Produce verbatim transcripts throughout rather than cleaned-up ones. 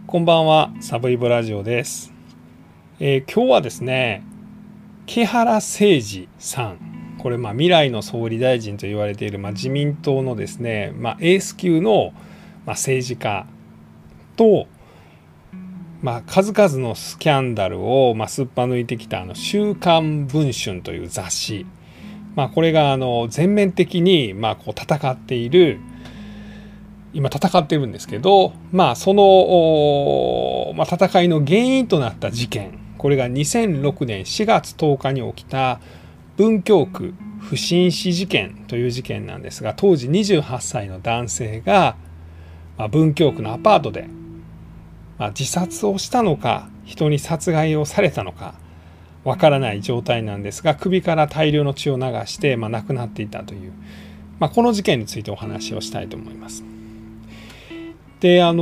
こんばんは、サブイボラジオです。えー今日はですね、木原誠二さん、これまあ未来の総理大臣と言われている、まあ、自民党のですね、まあ、エース級の、まあ、政治家と、まあ、数々のスキャンダルを、まあ、すっぱ抜いてきたあの週刊文春という雑誌、まあ、これがあの全面的にまあこう戦っている今戦ってるんですけど、まあその、まあ、戦いの原因となった事件、これがにせんろくねんしがつとおかに起きた文京区不審死事件という事件なんですが、当時にじゅうはっさいの男性が、まあ、文京区のアパートで、まあ、自殺をしたのか人に殺害をされたのかわからない状態なんですが、首から大量の血を流して、まあ、亡くなっていたという、まあ、この事件についてお話をしたいと思います。であの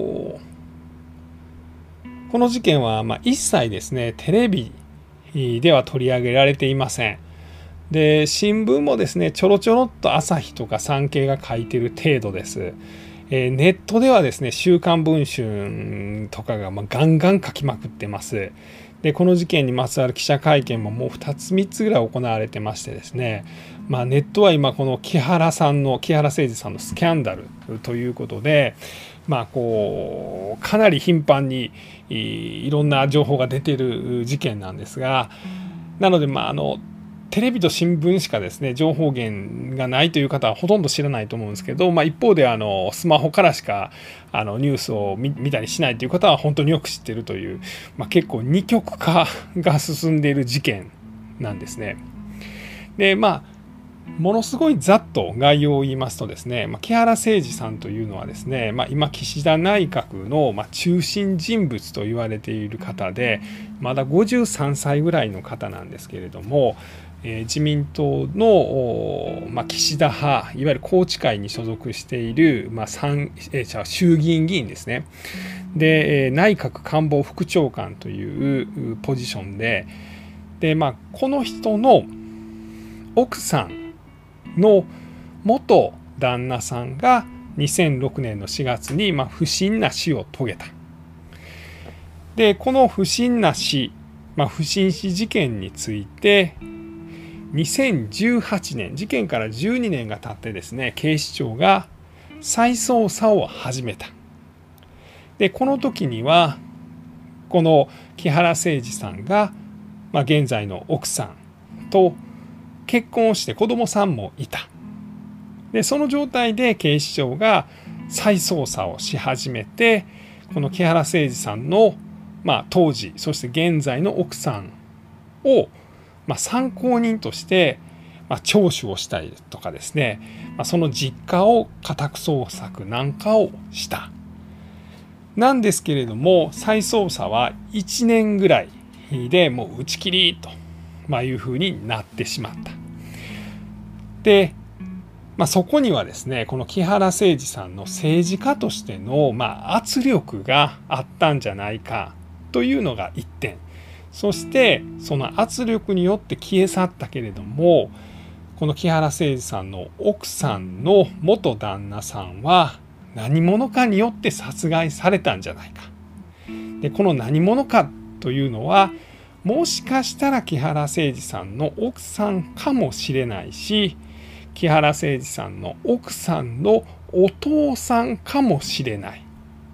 この事件はまあ一切ですねテレビでは取り上げられていません。で新聞もですねちょろちょろっと朝日とか産経が書いてる程度です。えー、ネットではですね週刊文春とかがまあガンガン書きまくってます。でこの事件にまつわる記者会見ももうふたつみっつぐらい行われてましてですね、まあ、ネットは今この木原さんの木原誠二さんのスキャンダルということで、まあ、こうかなり頻繁にいろんな情報が出ている事件なんですが、なのでまああのテレビと新聞しかですね情報源がないという方はほとんど知らないと思うんですけど、まあ、一方であのスマホからしかあのニュースを 見, 見たりしないという方は本当によく知っているという、まあ、結構二極化が進んでいる事件なんですね。でまあものすごいざっと概要を言いますとですね、まあ、木原誠二さんというのはですね、まあ、今岸田内閣のまあ中心人物と言われている方で、まだごじゅうさんさいぐらいの方なんですけれども、えー、自民党の、まあ、岸田派いわゆる宏池会に所属している、まあ参えー、衆議院議員ですね。で、えー、内閣官房副長官というポジションで、で、まあ、この人の奥さんの元旦那さんがにせんろくねんのしがつにまあ不審な死を遂げた。でこの不審な死、まあ、不審死事件についてにせんじゅうはちねん、事件からじゅうにねんが経ってですね警視庁が再捜査を始めた。でこの時にはこの木原誠二さんが、まあ、現在の奥さんと結婚をして子供さんもいた。でその状態で警視庁が再捜査をし始めて、この木原誠二さんの、まあ、当時そして現在の奥さんを、まあ、参考人として、まあ、聴取をしたりとかですね、まあ、その実家を家宅捜索なんかをした。なんですけれども再捜査はいちねんぐらいでもう打ち切りと、まあ、いうふうになってしまった。で、まあ、そこにはですねこの木原誠二さんの政治家としての、まあ、圧力があったんじゃないかというのがいってん、そしてその圧力によって消え去ったけれども、この木原誠二さんの奥さんの元旦那さんは何者かによって殺害されたんじゃないか。でこの何者かというのはもしかしたら木原誠二さんの奥さんかもしれないし、木原誠二さんの奥さんのお父さんかもしれない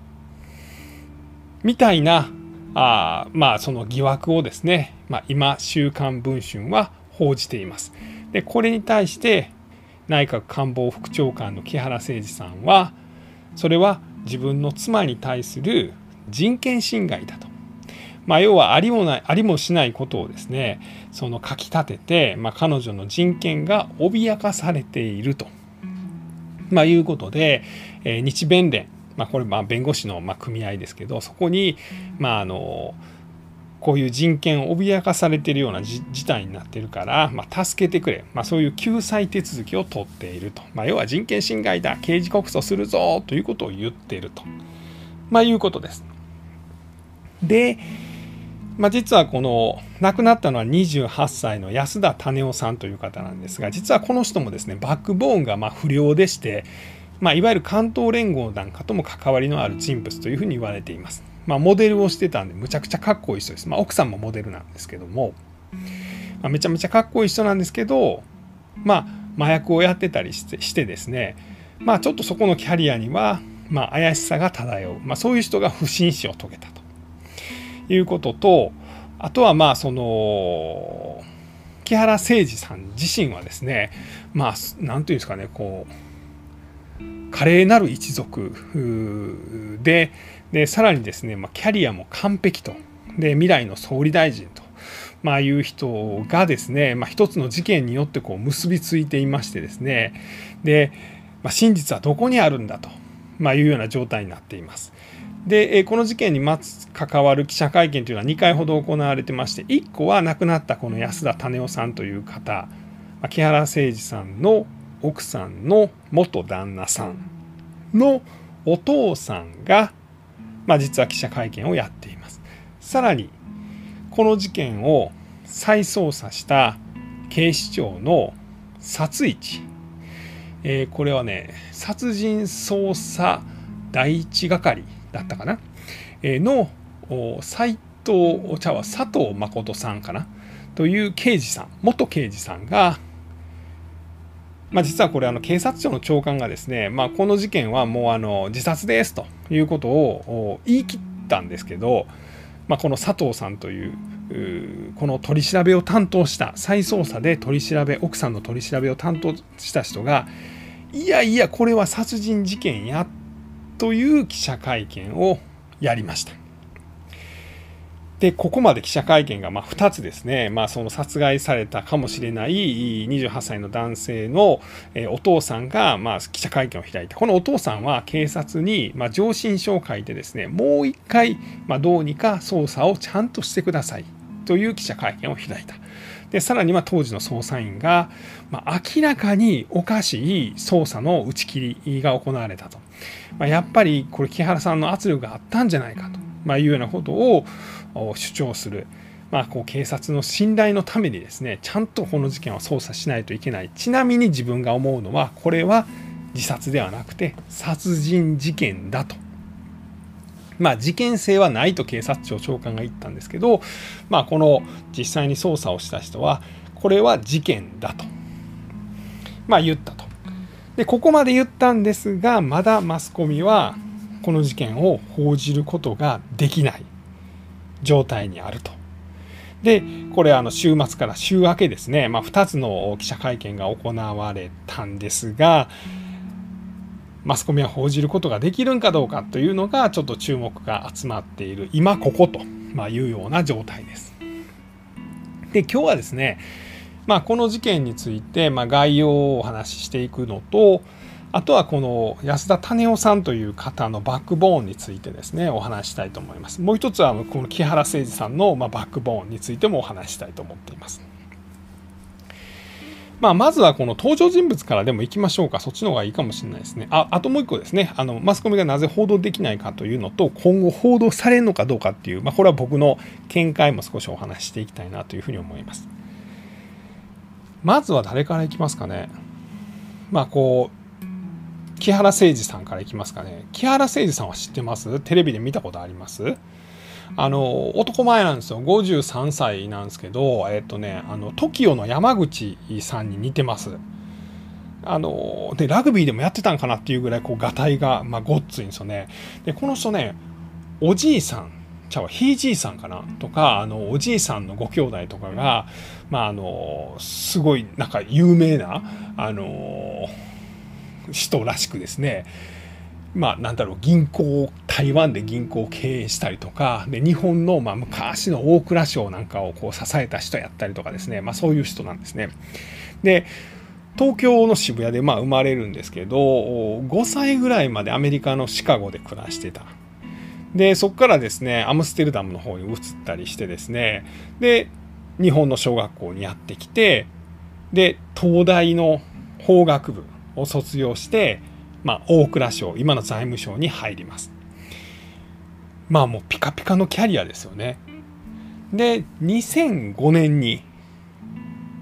みたいなあまあその疑惑をですね、まあ、今週刊文春は報じています。でこれに対して内閣官房副長官の木原誠二さんは、それは自分の妻に対する人権侵害だと。まあ、要はありもないありもしないことをですねその書き立てて、まあ、彼女の人権が脅かされていると、まあ、いうことで、えー、日弁連、まあ、これまあ弁護士のまあ組合ですけど、そこにまああのこういう人権を脅かされているような事態になっているから、まあ、助けてくれ、まあ、そういう救済手続きを取っていると、まあ、要は人権侵害だ、刑事告訴するぞということを言っていると、まあ、いうことです。でまあ、実はこの亡くなったのはにじゅうはっさいの安田胤夫さんという方なんですが、実はこの人もですねバックボーンがまあ不良でして、 まあ、いわゆる関東連合なんかとも関わりのある人物というふうに言われています。まあ、モデルをしてたんでむちゃくちゃかっこいい人です。まあ、奥さんもモデルなんですけども、まあ、めちゃめちゃかっこいい人なんですけど、まあ、麻薬をやってたりしてしてですね、まあ、ちょっとそこのキャリアには、まあ、怪しさが漂う、まあ、そういう人が不審死を遂げたということと、あとはまあその木原誠二さん自身はですね、まあ何ていうんですかね、こう華麗なる一族で、でさらにですね、まあ、キャリアも完璧と、で未来の総理大臣と、まあ、いう人がですね、まあ、一つの事件によってこう結びついていましてですね、で、まあ、真実はどこにあるんだと、まあ、いうような状態になっています。でこの事件に関わる記者会見というのはにかいほど行われてまして、いっこは亡くなったこの安田種夫さんという方、木原誠二さんの奥さんの元旦那さんのお父さんが、まあ、実は記者会見をやっています。さらにこの事件を再捜査した警視庁の殺一、えー、これはね殺人捜査第一係だったかな、えー、の斉藤茶は佐藤誠さんかなという刑事さん、元刑事さんが、まあ、実はこれあの警察庁の長官がですね、まあ、この事件はもうあの自殺ですということを言い切ったんですけど、まあ、この佐藤さんというこの取り調べを担当した再捜査で取り調べ奥さんの取り調べを担当した人が、いやいやこれは殺人事件やという記者会見をやりました。でここまで記者会見がまあふたつですね、まあ、その殺害されたかもしれないにじゅうはっさいの男性のお父さんがまあ記者会見を開いた。このお父さんは警察にまあ上申書を書いてですね、もう一回まあどうにか捜査をちゃんとしてくださいという記者会見を開いた。でさらには当時の捜査員が、まあ、明らかにおかしい捜査の打ち切りが行われたと、まあ、やっぱりこれ木原さんの圧力があったんじゃないかと、まあ、いうようなことを主張する、まあ、こう警察の信頼のためにですね、ちゃんとこの事件を捜査しないといけない。ちなみに自分が思うのはこれは自殺ではなくて殺人事件だと。まあ事件性はないと警察庁長官が言ったんですけど、まあこの実際に捜査をした人はこれは事件だと、まあ言ったと。でここまで言ったんですが、まだマスコミはこの事件を報じることができない状態にあると。でこれあの週末から週明けですね、まあ、ふたつの記者会見が行われたんですが、マスコミは報じることができるんかどうかというのがちょっと注目が集まっている今ここというような状態です。で今日はですね、まあ、この事件についてまあ概要をお話ししていくのと、あとはこの安田種夫さんという方のバックボーンについてですねお話したいと思います。もう一つはこの木原誠二さんのまあバックボーンについてもお話したいと思っています。まあ、まずはこの登場人物からでもいきましょうか。そっちの方がいいかもしれないですね。あ、あともう一個ですね。あのマスコミがなぜ報道できないかというのと、今後報道されるのかどうかっていう、まあ、これは僕の見解も少しお話ししていきたいなというふうに思います。まずは誰からいきますかね。まあこう木原誠二さんからいきますかね。木原誠二さんは知ってます？テレビで見たことあります？あの男前なんですよ。ごじゅうさんさいなんですけど、えっとねあの トキオ の山口さんに似てます。あのでラグビーでもやってたんかなっていうぐらいこうガタイが、まあ、ごっついんですよね。でこの人ね、おじいさんちゃうひいじいさんかなとか、あのおじいさんのご兄弟とかが、まあ、あのすごいなんか有名なあの人らしくですね、まあなんだろう、銀行台湾で銀行を経営したりとかで、日本のまあ昔の大蔵省なんかをこう支えた人やったりとかですね、まあそういう人なんですね。で東京の渋谷でまあ生まれるんですけど、ごさいぐらいまでアメリカのシカゴで暮らしてた。でそこからですねアムステルダムの方に移ったりしてですね、で日本の小学校にやってきて、で東大の法学部を卒業して、まあ、大蔵省、今の財務省に入ります。まあもうピカピカのキャリアですよね。でにせんごねんに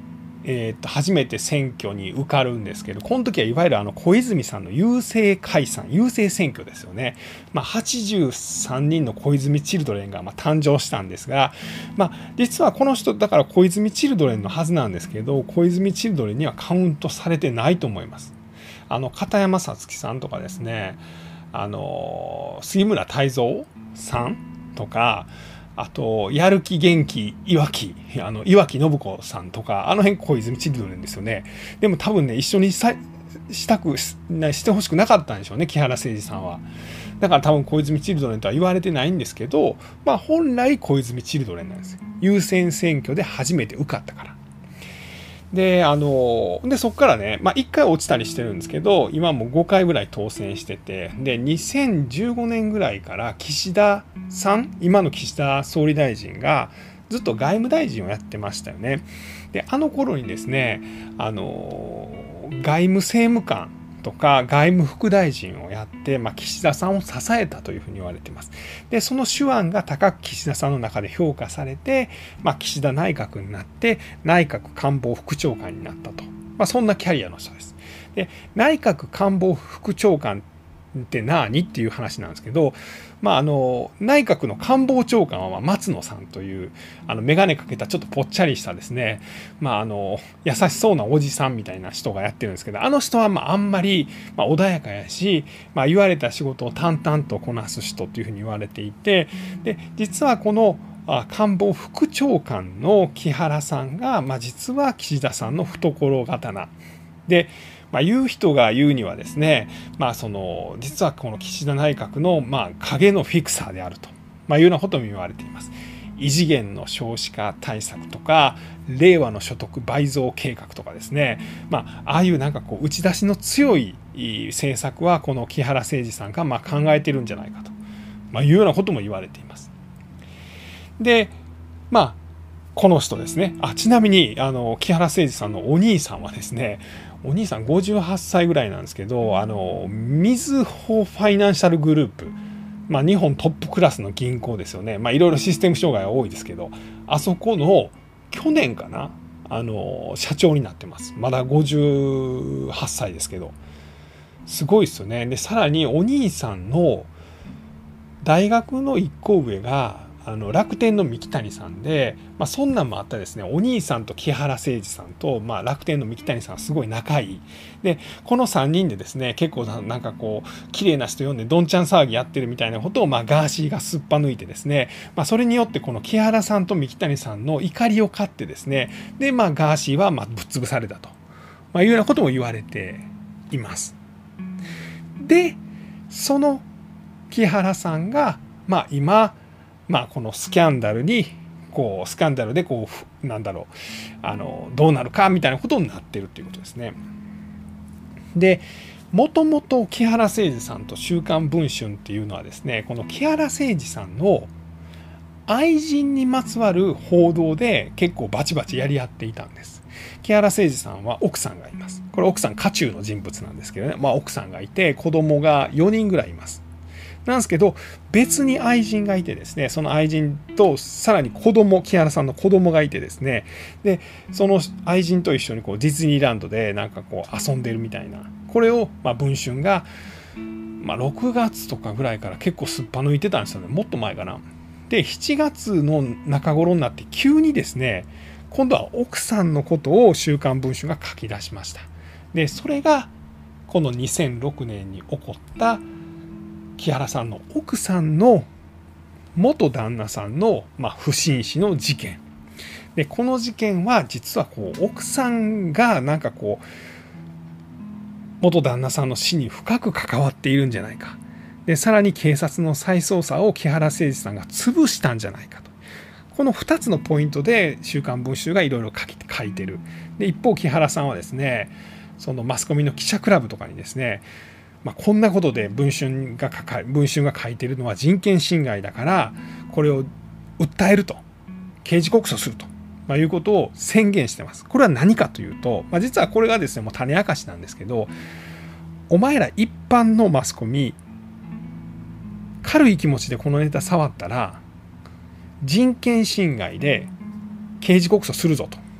えー、と初めて選挙に受かるんですけど、この時はいわゆるあの小泉さんの郵政解散、郵政選挙ですよね。まあ、はちじゅうさんにんの小泉チルドレンがまあ誕生したんですが、まあ、実はこの人だから小泉チルドレンのはずなんですけど、小泉チルドレンにはカウントされてないと思います。あの片山さつきさんとかですね、あの杉村太蔵さんとか、あとやる気元気いわきあの岩木信子さんとか、あの辺小泉チルドレンですよね。でも多分ね、一緒にさしたくしてほしくなかったんでしょうね、木原誠二さんは。だから多分小泉チルドレンとは言われてないんですけど、まあ本来小泉チルドレンなんですよ。優先選挙で初めて受かったから。で、あの、で、そこからね、まあいっかい落ちたりしてるんですけど、今もごかいぐらい当選してて、で、にせんじゅうごねんぐらいから岸田さん、今の岸田総理大臣がずっと外務大臣をやってましたよね。で、あの頃にですね、あの、外務政務官とか外務副大臣をやって、まあ、岸田さんを支えたというふうに言われています。で、その手腕が高く岸田さんの中で評価されて、まあ、岸田内閣になって内閣官房副長官になったと。まあ、そんなキャリアの人です。で、内閣官房副長官って何っていう話なんですけど、まあ、あの内閣の官房長官は松野さんというあの眼鏡かけたちょっとぽっちゃりしたですね、まあ、あの優しそうなおじさんみたいな人がやってるんですけど、あの人はまああんまりまあ穏やかやし、まあ、言われた仕事を淡々とこなす人というふうに言われていて、で実はこの官房副長官の木原さんが、まあ、実は岸田さんの懐刀で、まあ、言う人が言うにはですね、まあ、その実はこの岸田内閣のまあ影のフィクサーであると、まあ、いうようなことも言われています。異次元の少子化対策とか令和の所得倍増計画とかですね、まあ、ああいうなんかこう打ち出しの強い政策はこの木原誠二さんがまあ考えてるんじゃないかと、まあ、いうようなことも言われています。で、まあこの人ですね。あ、ちなみにあの木原誠二さんのお兄さんはですね、お兄さんごじゅうはっさいぐらいなんですけど、あのみずほファイナンシャルグループ、まあ、日本トップクラスの銀行ですよね。まあいろいろシステム障害は多いですけど、あそこの去年かな、あの社長になってます。まだごじゅうはっさいですけど、すごいですよね。でさらにお兄さんの大学のいっこ上があの楽天の三木谷さんで、まあ、そんなんもあったですね。お兄さんと木原誠二さんと、まあ、楽天の三木谷さんはすごい仲いい。でこのさんにんでですね、結構なんかこう綺麗な人呼んでどんちゃん騒ぎやってるみたいなことを、まあ、ガーシーがすっぱ抜いてですね、まあ、それによってこの木原さんと三木谷さんの怒りを買ってですね、で、まあ、ガーシーはまあぶっ潰されたと、まあ、いうようなことも言われています。でその木原さんが、まあ、今まあ、このスキャンダルにこうスキャンダルでこうなんだろうあのどうなるかみたいなことになってるっていうことですね。でもともと木原誠二さんと週刊文春っていうのはですね、この木原誠二さんの愛人にまつわる報道で結構バチバチやり合っていたんです。木原誠二さんは奥さんがいます。これ奥さん渦中の人物なんですけどね、まあ、奥さんがいて子供がよにんぐらいいます。なんですけど別に愛人がいてですね、その愛人とさらに子供、木原さんの子供がいてですね、でその愛人と一緒にこうディズニーランドでなんかこう遊んでるみたいな、これをまあ文春がまあろくがつとかぐらいから結構すっぱ抜いてたんですよね。もっと前かな。でしちがつの中頃になって急にですね、今度は奥さんのことを週刊文春が書き出しました。でそれがこのにせんろくねんに起こった木原さんの奥さんの元旦那さんの、まあ、不審死の事件で、この事件は実はこう奥さんがなんかこう元旦那さんの死に深く関わっているんじゃないか、でさらに警察の再捜査を木原誠二さんが潰したんじゃないかと、このふたつのポイントで週刊文春がいろいろ書いてる。で一方木原さんはですね、そのマスコミの記者クラブとかにですね、まあ、こんなことで文春が書か文春が書いているのは人権侵害だからこれを訴えると、刑事告訴すると、まあ、いうことを宣言してます。これは何かというと、まあ、実はこれがですねもう種明かしなんですけど、お前ら一般のマスコミ軽い気持ちでこのネタ触ったら人権侵害で刑事告訴するぞと、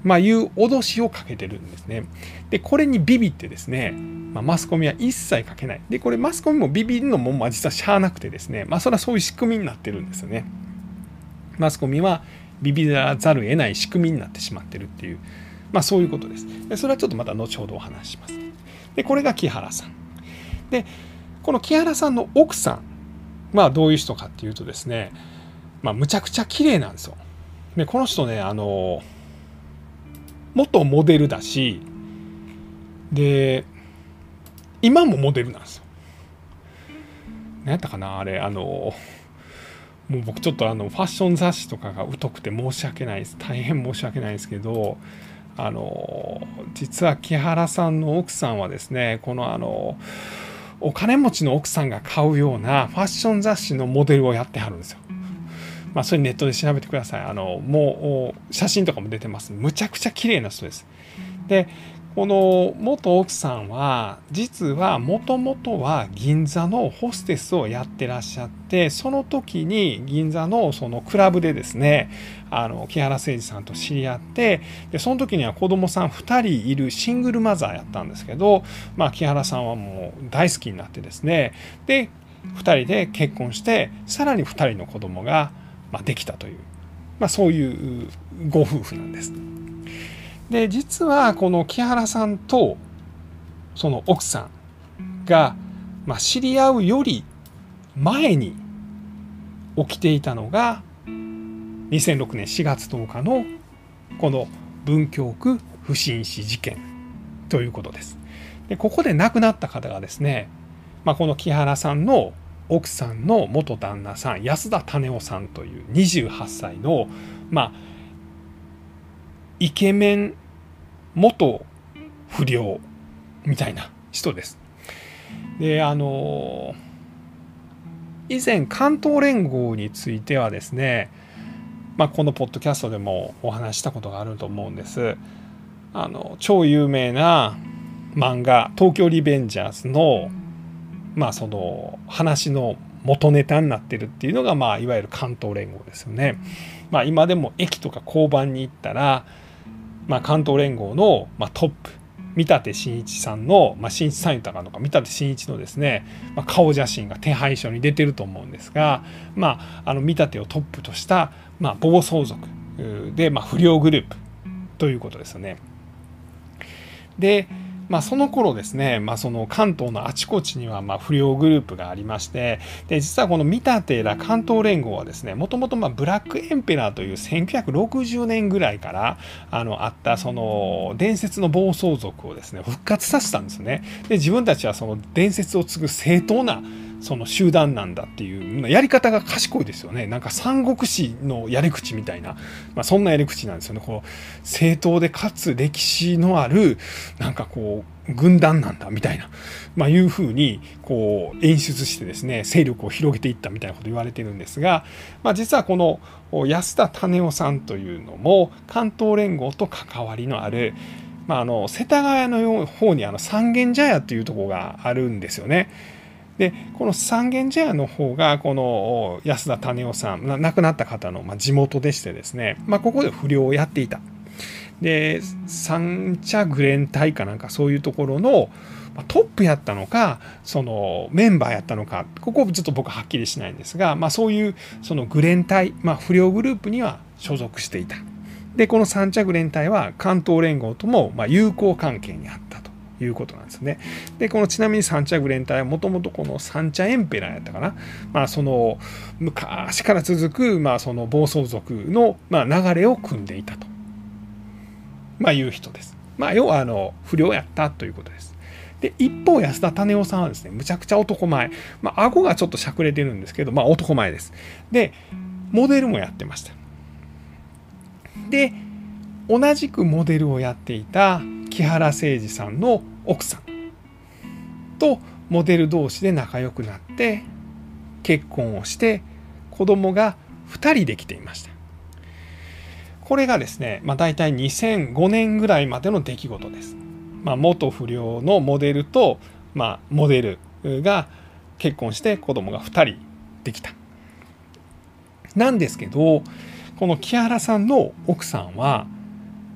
まあ、いう脅しをかけてるんですね。で、これにビビってですね、まあ、マスコミは一切かけない。で、これマスコミもビビるのもまあ実はしゃあなくてですね、まあ、それはそういう仕組みになってるんですよね。マスコミはビビらざるを得ない仕組みになってしまってるっていう、まあ、そういうことです。で、それはちょっとまた後ほどお話しします。で、これが木原さん。で、この木原さんの奥さんはどういう人かっていうとですね、まあ、むちゃくちゃ綺麗なんですよ。で、この人ね、あの、元モデルだし、で、今もモデルなんですよ。何やったかなあれ、あの、もう僕ちょっとあのファッション雑誌とかが疎くて申し訳ないです。大変申し訳ないですけど、あの、実は木原さんの奥さんはですね、このあの、お金持ちの奥さんが買うようなファッション雑誌のモデルをやってはるんですよ。まあ、それネットで調べてください。あの、もう写真とかも出てます。むちゃくちゃ綺麗な人です。で、この元奥さんは、実はもともとは銀座のホステスをやってらっしゃって、その時に銀座のそのクラブでですね、あの、木原誠二さんと知り合って、で、その時には子供さんふたりいるシングルマザーやったんですけど、まあ、木原さんはもう大好きになってですね、で、ふたりで結婚して、さらにふたりの子供がまあできたという、まあ、そういうご夫婦なんです。で、実はこの木原さんとその奥さんが、まあ、知り合うより前に起きていたのがにせんろくねんしがつとおかのこの文京区不審死事件ということです。で、ここで亡くなった方がですね、まあ、この木原さんの奥さんの元旦那さん、安田種夫さんというにじゅうはっさいの、まあ、イケメン元不良みたいな人です。で、あの、以前関東連合についてはですね、まあ、このポッドキャストでもお話したことがあると思うんです。あの、超有名な漫画、東京リベンジャーズのまあその話の元ネタになってるっていうのがまあいわゆる関東連合ですよね。まあ今でも駅とか交番に行ったら、まあ関東連合のまあトップ、見立真一さんの、まあ真一さん言ったかのか、見立真一のですね、まあ、顔写真が手配書に出てると思うんですが、まああの見立をトップとしたまあ暴走族でまあ不良グループということですよね。で、まあ、その頃ですね、まあ、その関東のあちこちにはまあ不良グループがありまして、で実はこの見立ら関東連合はですね、もともとまあブラックエンペラーというせんきゅうひゃくろくじゅうねんぐらいからあのあったその伝説の暴走族をですね復活させたんですね。で自分たちはその伝説を継ぐ正当なその集団なんだっていうやり方が賢いですよね。なんか三国志のやり口みたいな、まあ、そんなやり口なんですよね。こう正当でかつ歴史のあるなんかこう軍団なんだみたいな、まあ、いうふうにこう演出してですね勢力を広げていったみたいなこと言われてるんですが、まあ、実はこの安田種夫さんというのも関東連合と関わりのある、まあ、あの世田谷の方にあの三軒茶屋というところがあるんですよね。でこの三軒茶屋の方がこの安田種夫さん亡くなった方の地元でしてですね、まあ、ここで不良をやっていた。で三茶グレン隊かなんかそういうところのトップやったのかそのメンバーやったのかここちょっと僕ははっきりしないんですが、まあ、そういうそのグレン隊、まあ、不良グループには所属していた。でこの三茶グレン隊は関東連合ともまあ友好関係にあったということなんですね。でこのちなみに三茶グレン隊はもともとこの三茶エンペラーやったかな、まあ、その昔から続くまあその暴走族のまあ流れを組んでいたと、まあ、いう人です。まあ要はあの不良やったということです。で一方安田種夫さんはですねむちゃくちゃ男前、まあ顎がちょっとしゃくれてるんですけど、まあ男前です。でモデルもやってました。で同じくモデルをやっていた木原誠二さんの奥さんとモデル同士で仲良くなって結婚をして子供がふたりできていました。これがですね、まあ、大体にせんごねんぐらいまでの出来事です。まあ、元不良のモデルと、まあ、モデルが結婚して子供がふたりできた。なんですけどこの木原さんの奥さんは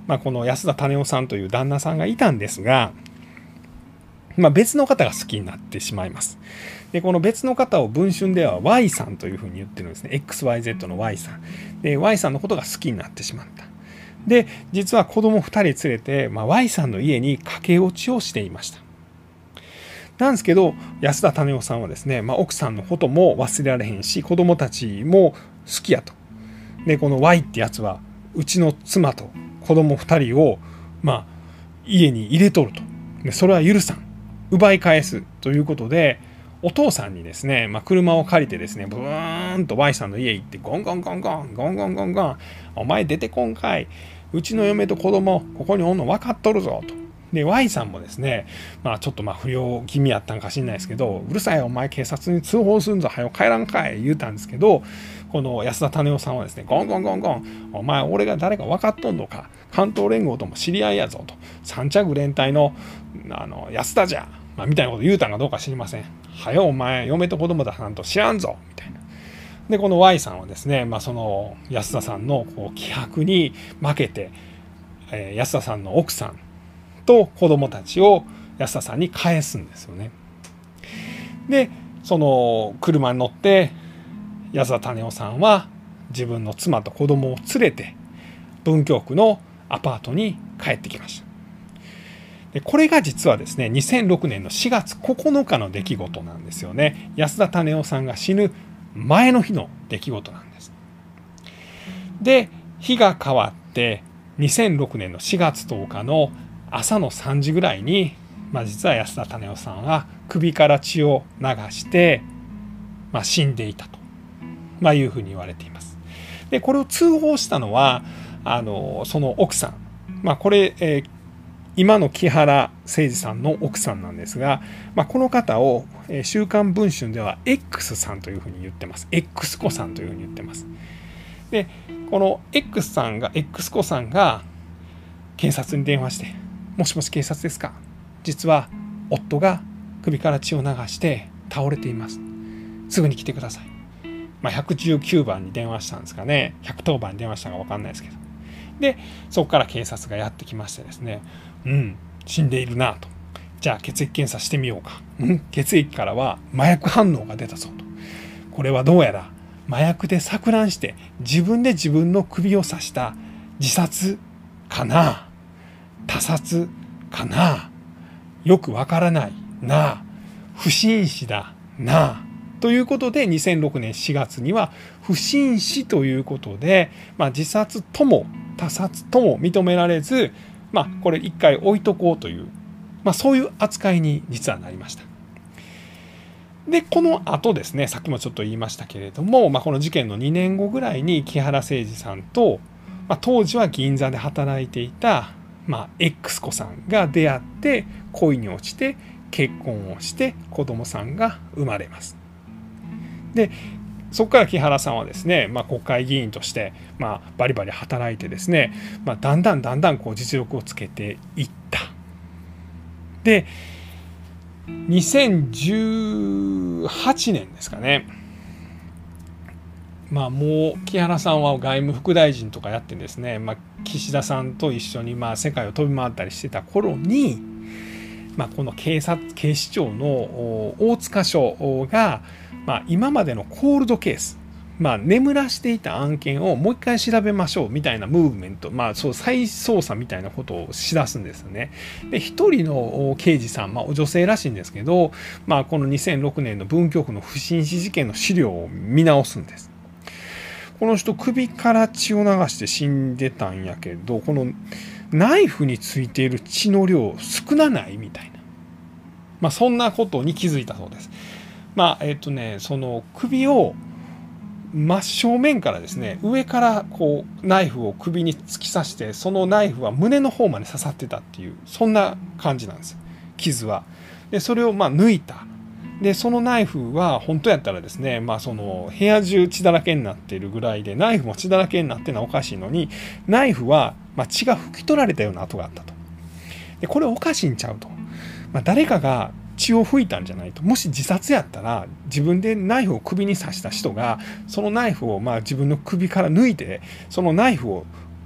まあ、この安田種夫さんという旦那さんがいたんですが、まあ、別の方が好きになってしまいます。でこの別の方を文春では Y さんというふうに言ってるんですね。 エックスワイゼット の Y さんで Y さんのことが好きになってしまった。で実は子供ふたり連れて、まあ、Y さんの家に駆け落ちをしていました。なんですけど安田種夫さんはですね、まあ、奥さんのことも忘れられへんし子供たちも好きやと。でこの Y ってやつはうちの妻と子供ふたりを、まあ、家に入れとると。でそれは許さん、奪い返すということでお父さんにですね、まあ、車を借りてですねブーンと Y さんの家行ってゴンゴンゴンゴンゴンゴンゴンゴンお前出てこんかい、うちの嫁と子供ここにおんの分かっとるぞと。で Y さんもですね、まあ、ちょっとまあ不良気味やったんか知んないですけど、うるさいお前警察に通報すんぞはよ帰らんかい言うたんですけど、この安田種夫さんはですねゴンゴンゴンゴンお前俺が誰か分かっとんのか、関東連合とも知り合いやぞと、三着連隊のあの安田じゃ、まあ、みたいなこと言うたんかどうか知りません。はよお前嫁と子供だなんと知らんぞみたいな。でこの Y さんはですね、まあ、その安田さんのこう気迫に負けて、えー、安田さんの奥さんと子供たちを安田さんに返すんですよね。でその車に乗って安田種夫さんは自分の妻と子供を連れて文京区のアパートに帰ってきました。でこれが実はですねにせんろくねんのしがつここのかの出来事なんですよね。安田種夫さんが死ぬ前の日の出来事なんです。で日が変わってにせんろくねんのしがつとおかの朝のさんじぐらいに、まあ、実は安田種夫さんは首から血を流して、まあ、死んでいたと、まあ、いうふうに言われています。でこれを通報したのはあのその奥さん、まあ、これ、えー、今の木原誠二さんの奥さんなんですが、まあ、この方を「週刊文春」では X さんというふうに言ってます。 X 子さんというふうに言ってます。でこの X さんが X 子さんが警察に電話して「もしもし警察ですか、実は夫が首から血を流して倒れています、すぐに来てください」、まあ、ひゃくじゅうきゅうばんに電話したんですかね、ひゃくとおばんに電話したか分かんないですけど、でそこから警察がやってきましてですね、うん死んでいるなと、じゃあ血液検査してみようか、うん、血液からは麻薬反応が出たぞと、これはどうやら麻薬で錯乱して自分で自分の首を刺した自殺かな、他殺かな、よくわからないな、不審死だなということでにせんろくねんしがつには不審死ということで、まあ、自殺とも他殺とも認められず、まあ、これ一回置いとこうという、まあ、そういう扱いに実はなりました。でこの後ですね、さっきもちょっと言いましたけれども、まあ、この事件のにねんごぐらいに木原誠二さんと、まあ、当時は銀座で働いていたまあ、X 子さんが出会って恋に落ちて結婚をして子供さんが生まれます。でそこから木原さんはですね、まあ、国会議員として、まあ、バリバリ働いてですね、まあ、だんだんだんだんこう実力をつけていった。でにせんじゅうはちねんですかね、まあ、もう木原さんは外務副大臣とかやってですね、まあ、岸田さんと一緒にまあ世界を飛び回ったりしてた頃に、まあ、この警察警視庁の大塚署が、まあ、今までのコールドケース、まあ、眠らしていた案件をもう一回調べましょうみたいなムーブメント、まあ、そう再捜査みたいなことをしだすんですよね。で一人の刑事さん、まあ、女性らしいんですけど、まあ、このにせんろくねんの文京区の不審死事件の資料を見直すんです。この人首から血を流して死んでたんやけど、このナイフについている血の量少なないみたいな、まあ、そんなことに気づいたそうです。まあえっとねその首を真正面からですね、上からこうナイフを首に突き刺して、そのナイフは胸の方まで刺さってたっていう、そんな感じなんです、傷は。でそれをまあ抜いた。でそのナイフは本当やったらですね、まあ、その部屋中血だらけになっているぐらいで、ナイフも血だらけになってるのはおかしいのに、ナイフはまあ血が拭き取られたような跡があったと。でこれおかしいんちゃうと、まあ、誰かが血を拭いたんじゃないと。もし自殺やったら自分でナイフを首に刺した人がそのナイフをまあ自分の首から抜いて、そのナイフを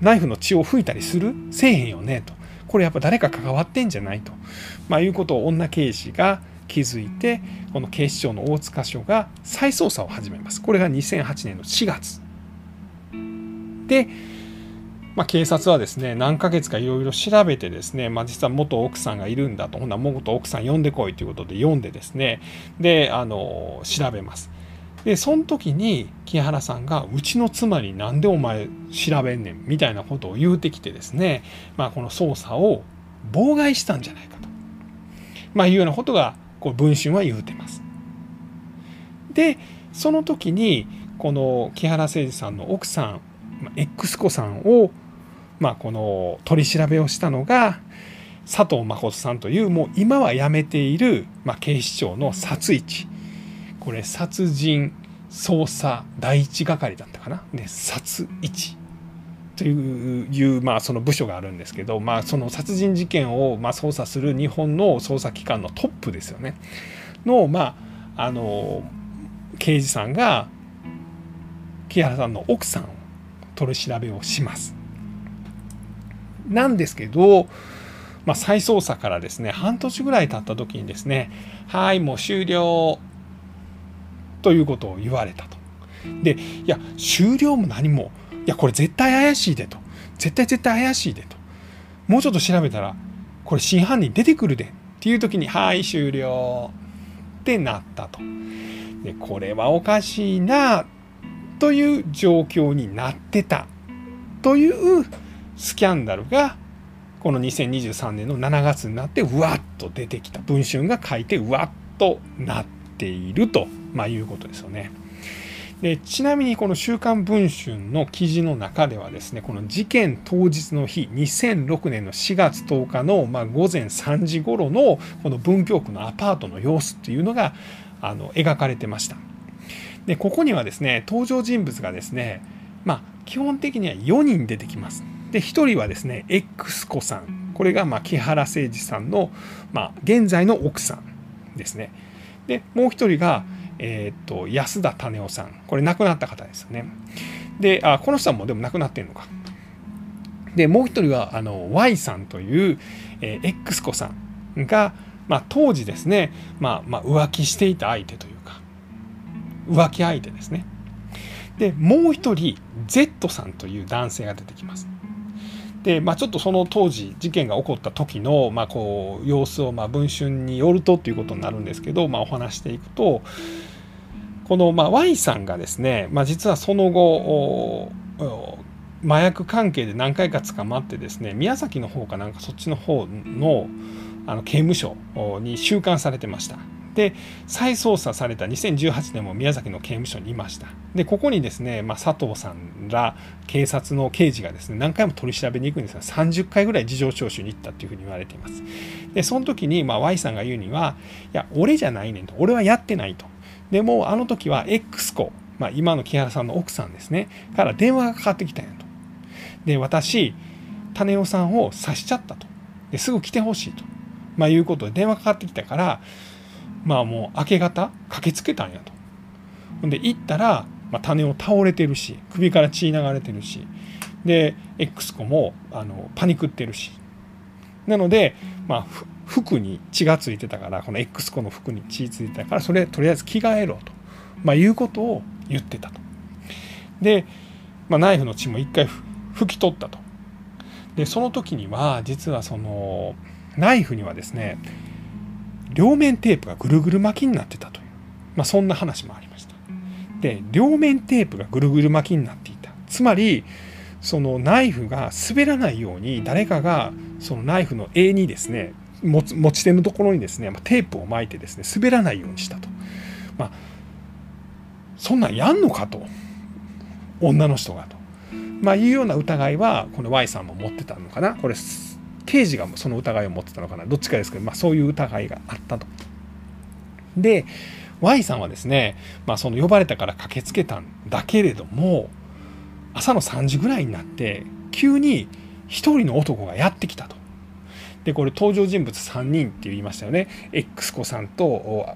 ナイフの血を拭いたりするせえへんよねと。これやっぱ誰か関わってんじゃないと、まあ、いうことを女刑事が気づいて、この警視庁の大塚署が再捜査を始めます。これがにせんはちねんのしがつで、まあ、警察はですね何ヶ月かいろいろ調べてですね、まあ、実は元奥さんがいるんだと、ほんなら元奥さん呼んでこいということで呼んでですね、であの調べます。でその時に木原さんがうちの妻になんでお前調べんねんみたいなことを言うてきてですね、まあ、この捜査を妨害したんじゃないかと、まあ、いうようなことがこう文春は言うてます。でその時にこの木原誠二さんの奥さん X 子さんを、まあ、この取り調べをしたのが佐藤誠さんというもう今は辞めている、まあ、警視庁の殺一、これ殺人捜査第一係だったかな、で殺一という、まあ、その部署があるんですけど、まあ、その殺人事件をまあ捜査する日本の捜査機関のトップですよねの、まあ、あの刑事さんが木原さんの奥さんを取り調べをします。なんですけど、まあ、再捜査からですね半年ぐらい経った時にですね、はいもう終了ということを言われたと。でいや終了も何も、いやこれ絶対怪しいでと、絶対絶対怪しいでと、もうちょっと調べたらこれ真犯人出てくるでっていう時にはい終了ってなったと。でこれはおかしいなという状況になってたというスキャンダルがこのにせんにじゅうさんねんのしちがつになってうわっと出てきた、文春が書いてうわっとなっていると、まあ、いうことですよね。でちなみにこの週刊文春の記事の中ではですね、この事件当日の日にせんろくねんのしがつとおかの、まあ、ごぜんさんじ頃のこの文京区のアパートの様子っていうのがあの描かれてました。でここにはですね登場人物がですね、まあ、基本的にはよにん出てきます。でひとりはですね X 子さん、これがまあ木原誠二さんの、まあ、現在の奥さんですね。でもう一人がえー、と安田種夫さん、これ亡くなった方ですよね。であこの人はもうでも亡くなってんのか。でもう一人はあの Y さんという、えー、X 子さんが、まあ、当時ですね、まあ、まあ浮気していた相手というか浮気相手ですね。でもう一人 Z さんという男性が出てきます。でまあ、ちょっとその当時事件が起こった時の、まあ、こう様子をまあ文春によるとということになるんですけど、まあ、お話していくと、このまあ Y さんがですね、まあ、実はその後麻薬関係で何回か捕まってですね、宮崎の方かなんかそっちの方のあの刑務所に収監されてました。で再捜査されたにせんじゅうはちねんも宮崎の刑務所にいました。でここにですね、まあ、佐藤さんら警察の刑事がですね何回も取り調べに行くんですがさんじゅっかいぐらい事情聴取に行ったというふうに言われています。でその時に、まあ、Y さんが言うには、いや俺じゃないねんと、俺はやってないと。でもあの時は X 子、まあ、今の木原さんの奥さんですねから電話がかかってきたんやと。で私種夫さんを刺しちゃったと。ですぐ来てほしいと、まあ、いうことで電話かかってきたから、まあもう明け方駆けつけたんやと。ほんで行ったら、まあ、種を倒れてるし首から血流れてるし、で X 子もあのパニクってるし、なので、まあ、服に血がついてたから、この X 子の服に血ついてたからそれとりあえず着替えろと、まあ、いうことを言ってたと。で、まあ、ナイフの血も一回拭き取ったと。でその時には実はそのナイフにはですね両面テープがぐるぐる巻きになってたという、まあ、そんな話もありました。で両面テープがぐるぐる巻きになっていた、つまりそのナイフが滑らないように誰かがそのナイフの柄にですね持ち、持ち手のところにですねテープを巻いてですね滑らないようにしたと。まあそんなんやんのかと、女の人がと、まあ、いうような疑いはこの Y さんも持ってたのかな。これ刑事がその疑いを持ってたのかな、どっちかですけど、まあ、そういう疑いがあったと。で Y さんはですね、まあ、その呼ばれたから駆けつけたんだけれども朝のさんじぐらいになって急に一人の男がやってきたと。でこれ登場人物さんにんって言いましたよね。 X 子さんと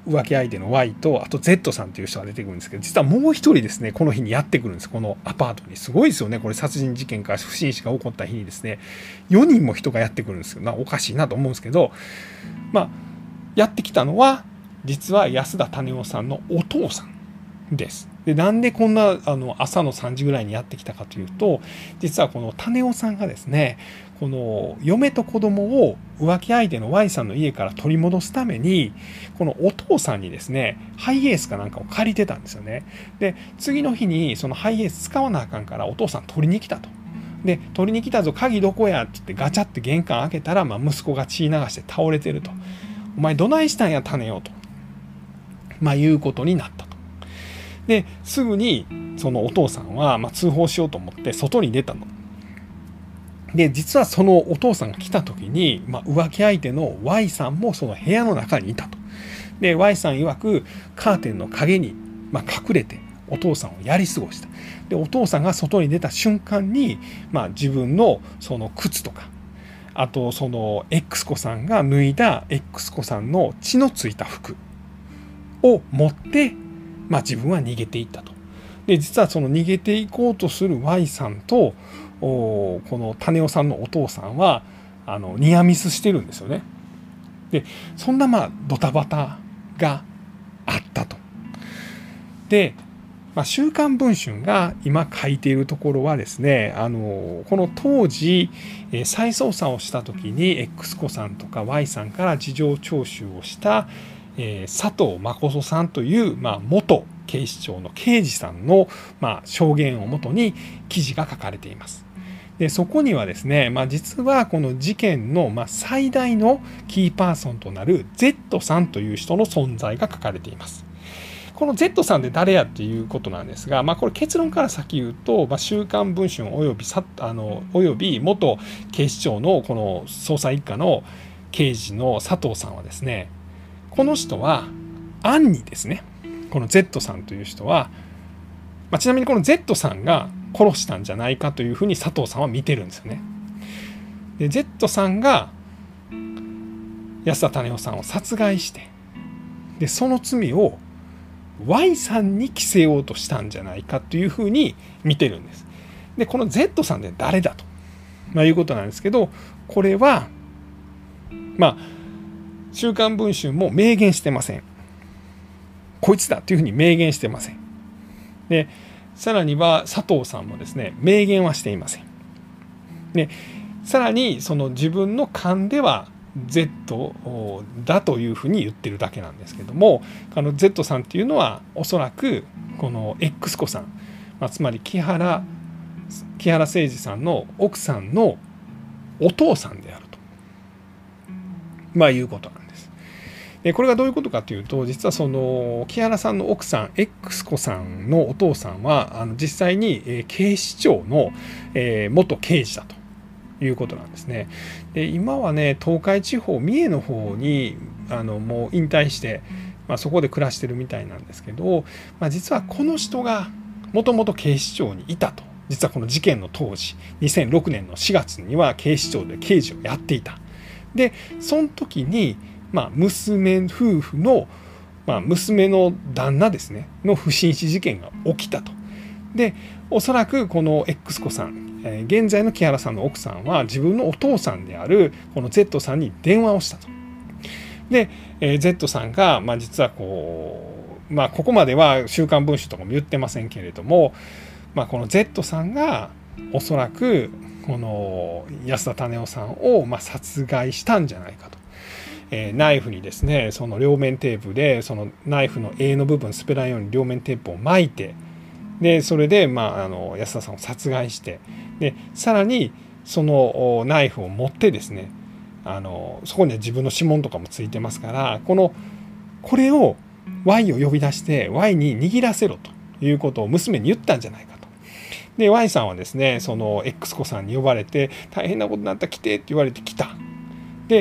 浮気相手の Y とあと Z さんという人が出てくるんですけど、実はもう一人ですねこの日にやってくるんです。このアパートに。すごいですよね。これ殺人事件か不審死が起こった日にですねよにんも人がやってくるんですよ。まあ、おかしいなと思うんですけど、まあやってきたのは実は安田種夫さんのお父さんです。でなんでこんなあの朝のさんじぐらいにやってきたかというと、実はこの種夫さんがですねこの嫁と子供を浮気相手の Y さんの家から取り戻すためにこのお父さんにですねハイエースかなんかを借りてたんですよね。で次の日にそのハイエース使わなあかんからお父さん取りに来たと。で取りに来たぞ鍵どこやって言ってガチャって玄関開けたら、まあ、息子が血流して倒れてると。お前どないしたんや種よと、まあ、いうことになったと。ですぐにそのお父さんは、まあ、通報しようと思って外に出たの。で実はそのお父さんが来た時に、まあ、浮気相手の Y さんもその部屋の中にいたと。で Y さん曰くカーテンの陰に、まあ、隠れてお父さんをやり過ごした。でお父さんが外に出た瞬間に、まあ、自分のその靴とかあとその X 子さんが脱いだ X 子さんの血のついた服を持って、まあ、自分は逃げていったと。で実はその逃げていこうとする Y さんとこの種夫さんのお父さんはあのニアミスしてるんですよね。でそんなまあドタバタがあったと。で、まあ、週刊文春が今書いているところはですね、あのこの当時再捜査をした時に X 子さんとか Y さんから事情聴取をした、えー、佐藤誠さんという、まあ、元警視庁の刑事さんの、まあ、証言をもとに記事が書かれています。でそこにはですね、まあ、実はこの事件の、まあ、最大のキーパーソンとなる Z さんという人の存在が書かれています。この Z さんって誰やっていうことなんですが、まあ、これ結論から先言うと、まあ、週刊文春およびさあのおよび元警視庁のこの捜査一課の刑事の佐藤さんはですね、この人は暗にですねこの Z さんという人は、まあ、ちなみにこの Z さんが殺したんじゃないかというふうに佐藤さんは見てるんですよね。で Z さんが安田種夫さんを殺害して、でその罪をY さんに着せようとしたんじゃないかというふうに見てるんです。でこの Z さんって誰だと、まあ、いうことなんですけど、これはまあ週刊文春も明言してません。こいつだというふうに明言してません。でさらには佐藤さんもですね明言はしていません。でさらにその自分の勘では Z だというふうに言ってるだけなんですけども、あの Z さんっていうのはおそらくこの X 子さん、まあ、つまり木原木原誠二さんの奥さんのお父さんであると、まあいうことなんです。でこれがどういうことかというと、実はその木原さんの奥さん X 子さんのお父さんはあの実際に、えー、警視庁の、えー、元刑事だということなんですね。で今はね東海地方三重の方にあのもう引退して、まあ、そこで暮らしてるみたいなんですけど、まあ、実はこの人がもともと警視庁にいたと。実はこの事件の当時にせんろくねんのしがつには警視庁で刑事をやっていた。でその時に、まあ、娘夫婦の、まあ、娘の旦那ですねの不審死事件が起きたと。でおそらくこの X 子さん、えー、現在の木原さんの奥さんは自分のお父さんであるこの Z さんに電話をしたと。で、えー、Z さんが、まあ、実はこう、まあ、ここまでは週刊文春とかも言ってませんけれども、まあ、この Z さんがおそらくこの安田種夫さんをまあ殺害したんじゃないかと。えー、ナイフにですねその両面テープでそのナイフの A の部分滑らないように両面テープを巻いて、でそれで、まあ、あの安田さんを殺害して、でさらにそのナイフを持ってですねあのそこには自分の指紋とかもついてますから、このこれを Y を呼び出して Y に握らせろということを娘に言ったんじゃないかと。で Y さんはですねその X 子さんに呼ばれて大変なことになったら来てって言われて来た。で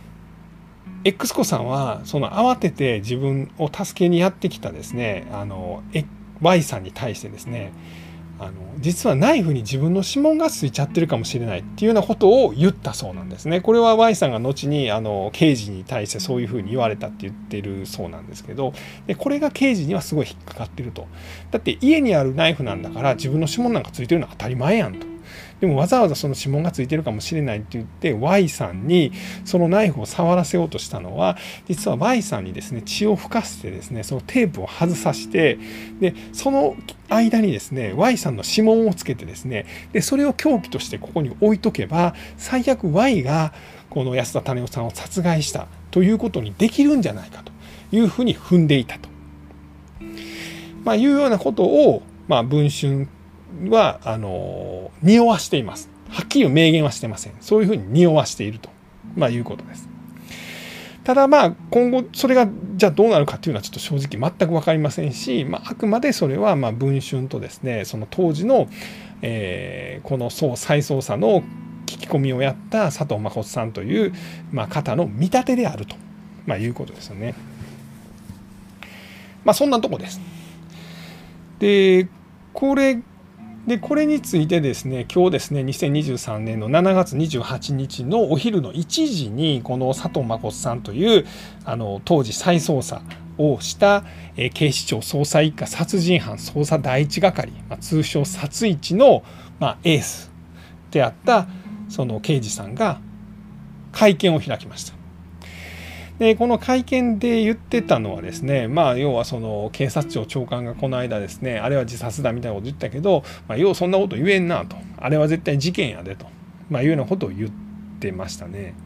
X 子さんはその慌てて自分を助けにやってきたですねあの Y さんに対してですねあの実はナイフに自分の指紋がついちゃってるかもしれないっていうようなことを言ったそうなんですね。これは Y さんが後にあの刑事に対してそういうふうに言われたって言ってるそうなんですけど、でこれが刑事にはすごい引っかかってると。だって家にあるナイフなんだから自分の指紋なんかついてるのは当たり前やんと。でもわざわざその指紋がついてるかもしれないって言って Y さんにそのナイフを触らせようとしたのは、実は Y さんにですね血を吹かせてですねそのテープを外させて、でその間にですね Y さんの指紋をつけてですね、でそれを凶器としてここに置いとけば最悪 Y がこの安田種夫さんを殺害したということにできるんじゃないかというふうに踏んでいたと、まあ、いうようなことを、まあ、文春はあの匂わしています。はっきり明言はしてません。そういうふうに匂わしていると、まあ、いうことです。ただまあ今後それがじゃあどうなるかっていうのはちょっと正直全く分かりませんし、まあ、あくまでそれはまあ文春とですねその当時の、えー、この再捜査の聞き込みをやった佐藤誠さんという、まあ、方の見立てであると、まあ、いうことですよね。まあそんなとこです。でこれでこれについてですね今日ですねにせんにじゅうさんねんのしちがつにじゅうはちにちのお昼のいちじにこの佐藤誠さんというあの当時再捜査をした、えー、警視庁捜査一課殺人犯捜査第一係、まあ、通称殺一の、まあ、エースであったその刑事さんが会見を開きました。でこの会見で言ってたのはですね、まあ要はその警察庁長官がこの間ですねあれは自殺だみたいなこと言ったけど、まあ、要はそんなこと言えんなと、あれは絶対事件やでと、まあ、いうようなことを言ってましたね。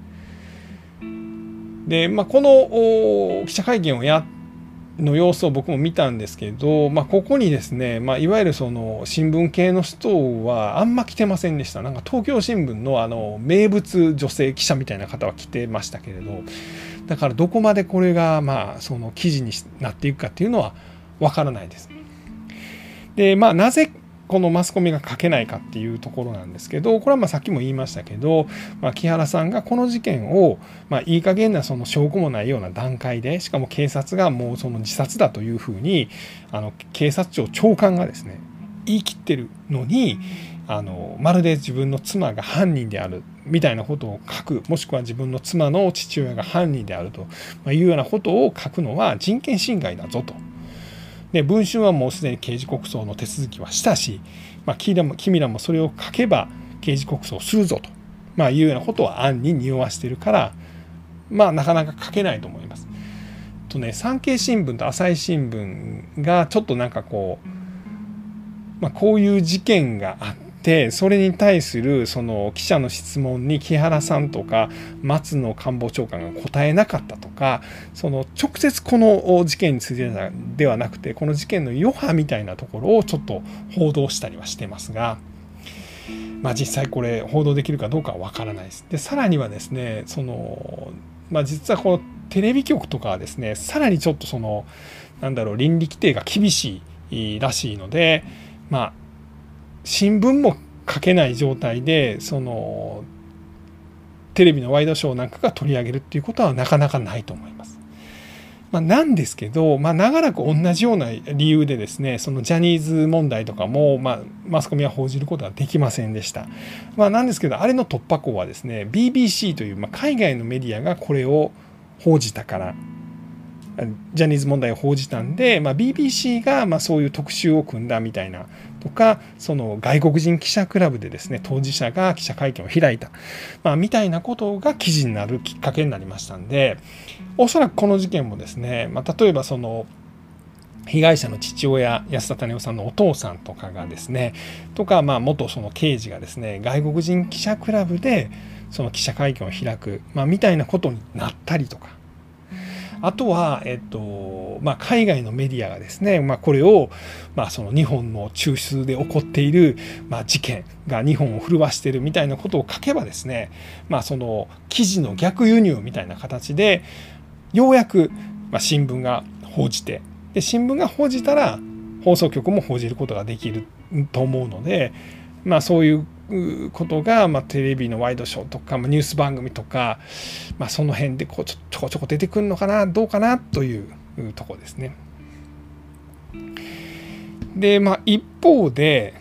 で、まあ、この記者会見をやの様子を僕も見たんですけど、まあ、ここにですね、まあ、いわゆるその新聞系の人はあんま来てませんでした。なんか東京新聞のあの名物女性記者みたいな方は来てましたけれど、だからどこまでこれがまあその記事になっていくかっていうのはわからないです。でまあなぜこのマスコミが書けないかっていうところなんですけど、これはまあさっきも言いましたけど、まあ、木原さんがこの事件をまあいい加減なその証拠もないような段階で、しかも警察がもうその自殺だというふうにあの警察庁長官がですね言い切ってるのに、あのまるで自分の妻が犯人であるみたいなことを書く、もしくは自分の妻の父親が犯人であるというようなことを書くのは人権侵害だぞと。で文春はもうすでに刑事告訴の手続きはしたし、まあ、君らも君らもそれを書けば刑事告訴をするぞと、まあ、いうようなことを暗に匂わしているから、まあ、なかなか書けないと思います。とね、産経新聞と朝日新聞がちょっとなんかこう、まあ、こういう事件があって、それに対するその記者の質問に木原さんとか松野官房長官が答えなかったとか、その直接この事件についてではなくてこの事件の余波みたいなところをちょっと報道したりはしてますが、まあ、実際これ報道できるかどうかは分からないです。でさらにはですねその、まあ、実はこのテレビ局とかはですねさらにちょっとそのなんだろう倫理規定が厳しいらしいので、まあ新聞も書けない状態でそのテレビのワイドショーなんかが取り上げるっていうことはなかなかないと思います。まあ、なんですけど、まあ、長らく同じような理由でですねそのジャニーズ問題とかも、まあ、マスコミは報じることはできませんでした。まあ、なんですけどあれの突破口はですね ビービーシー という、まあ、海外のメディアがこれを報じたからジャニーズ問題を報じたんで、まあ、ビービーシー がまあそういう特集を組んだみたいなとか、その外国人記者クラブでですね当事者が記者会見を開いた、まあ、みたいなことが記事になるきっかけになりましたんで、おそらくこの事件もですね、まあ、例えばその被害者の父親安田種夫さんのお父さんとかがですねとか、まあ、元その刑事がですね外国人記者クラブでその記者会見を開く、まあ、みたいなことになったりとか、あとは、えっとまあ、海外のメディアがですね、まあ、これを、まあ、その日本の中枢で起こっている、まあ、事件が日本を震わしているみたいなことを書けばですね、まあ、その記事の逆輸入みたいな形でようやく、まあ、新聞が報じて、で新聞が報じたら放送局も報じることができると思うので、まあ、そういうことが、まあ、テレビのワイドショーとか、まあ、ニュース番組とか、まあ、その辺でこうちょちょこちょこ出てくるのかなどうかなというところですね。で、まあ、一方で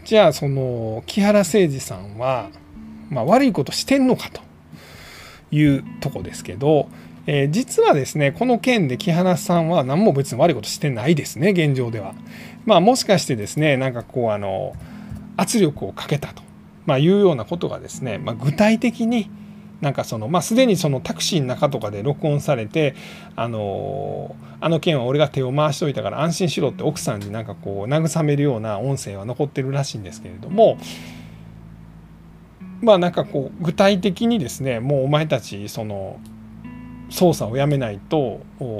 じゃあその木原誠二さんは、まあ、悪いことしてんのかというとこですけど、えー、実はですねこの件で木原さんは何も別に悪いことしてないですね、現状では。まあもしかしてですねなんかこうあの圧力をかけたと、まあ、いうようなことがですね、まあ、具体的になんかそのまあすでにそのタクシーの中とかで録音されて、あのあの件は俺が手を回しといたから安心しろって奥さんになんかこう慰めるような音声は残ってるらしいんですけれども、まあなんかこう具体的にですねもうお前たちその捜査をやめないと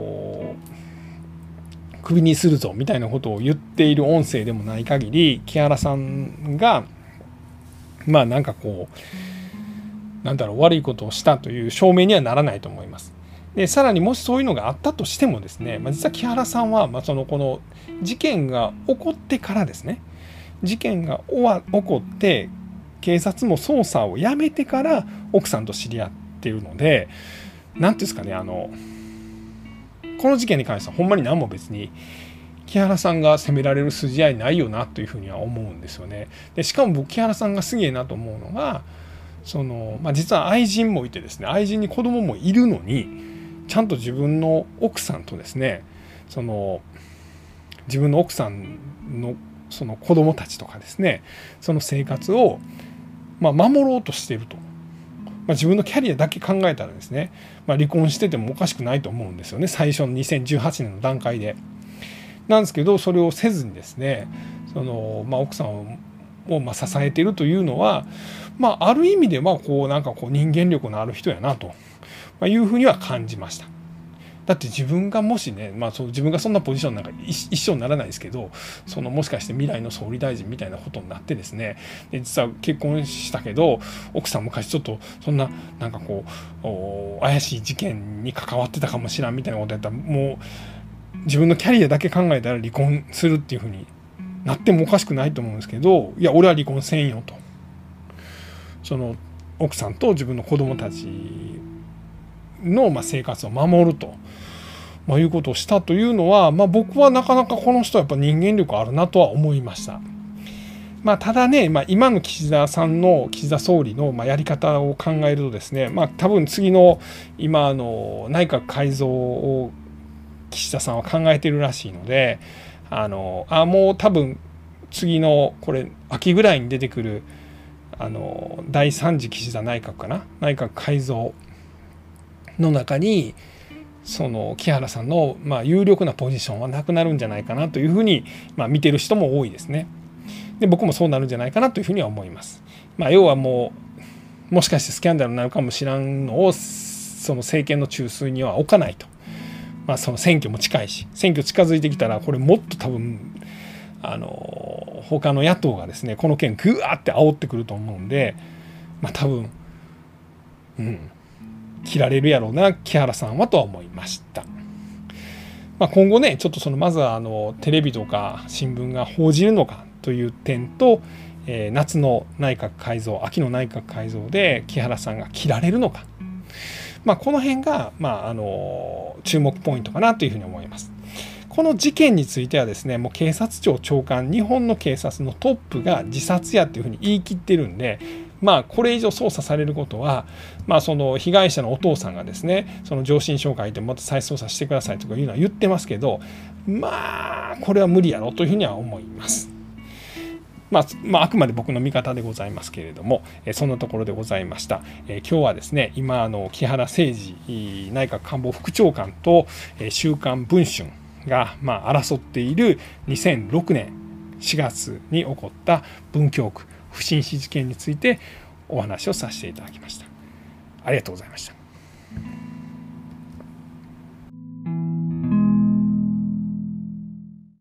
クビにするぞみたいなことを言っている音声でもない限り、木原さんがまあなんかこうなんだろう悪いことをしたという証明にはならないと思います。でさらにもしそういうのがあったとしてもですね、まあ、実は木原さんはまあそのこの事件が起こってからですね事件が起こって警察も捜査をやめてから奥さんと知り合っているので、何ていうんですかね、あのこの事件に関してはほんまに何も別に木原さんが責められる筋合いないよなというふうには思うんですよね。でしかも僕木原さんがすげえなと思うのがその、まあ、実は愛人もいてですね愛人に子供もいるのにちゃんと自分の奥さんとですねその自分の奥さんのその子供たちとかですねその生活をまあ守ろうとしていると。まあ、自分のキャリアだけ考えたらですね、まあ、離婚しててもおかしくないと思うんですよね、最初のにせんじゅうはちねんの段階で。なんですけどそれをせずにですねその、まあ、奥さんをまあ支えているというのは、まあ、ある意味ではこうなんかこう人間力のある人やなというふうには感じました。だって自分がもしね、まあ、そう自分がそんなポジションなんか一生にならないですけどそのもしかして未来の総理大臣みたいなことになってですねで実は結婚したけど奥さん昔ちょっとそんななんかこう怪しい事件に関わってたかもしれんみたいなことやったらもう自分のキャリアだけ考えたら離婚するっていうふうになってもおかしくないと思うんですけど、いや俺は離婚せんよと、その奥さんと自分の子供たちのまあ生活を守ると、まあ、いうことをしたというのは、まあ、僕はなかなかこの人はやっぱ人間力あるなとは思いました。まあ、ただね、まあ、今の岸田さんの岸田総理のまあやり方を考えるとですね、まあ、多分次の今の内閣改造を岸田さんは考えているらしいので、あのあもう多分次のこれ秋ぐらいに出てくるあのだいさん次岸田内閣かな内閣改造の中にその木原さんのまあ有力なポジションはなくなるんじゃないかなというふうにまあ見てる人も多いですね。で僕もそうなるんじゃないかなというふうには思います。まあ、要はもうもしかしてスキャンダルになるかもしれんのをその政権の中枢には置かないと。まあ、その選挙も近いし選挙近づいてきたらこれもっと多分あの他の野党がですねこの件グワーって煽ってくると思うんで、まあ多分うん切られるやろうな木原さんはとは思いました。まあ、今後ねちょっとそのまずはあのテレビとか新聞が報じるのかという点と、えー、夏の内閣改造秋の内閣改造で木原さんが切られるのか、まあ、この辺が、まあ、あの注目ポイントかなというふうに思います。この事件についてはですねもう警察庁長官日本の警察のトップが自殺やっていうふうに言い切ってるんで、まあこれ以上捜査されることは、まあ、その被害者のお父さんがですねその上申書を書いてもっと再捜査してくださいとかいうのは言ってますけど、まあこれは無理やろというふうには思います。まあまあ、あくまで僕の見方でございますけれども、えそんなところでございました。え今日はですね今あの木原誠二内閣官房副長官と「週刊文春」が、まあ、争っているにせんろくねんしがつに起こった文京区不審死事件についてお話をさせていただきました。ありがとうございました。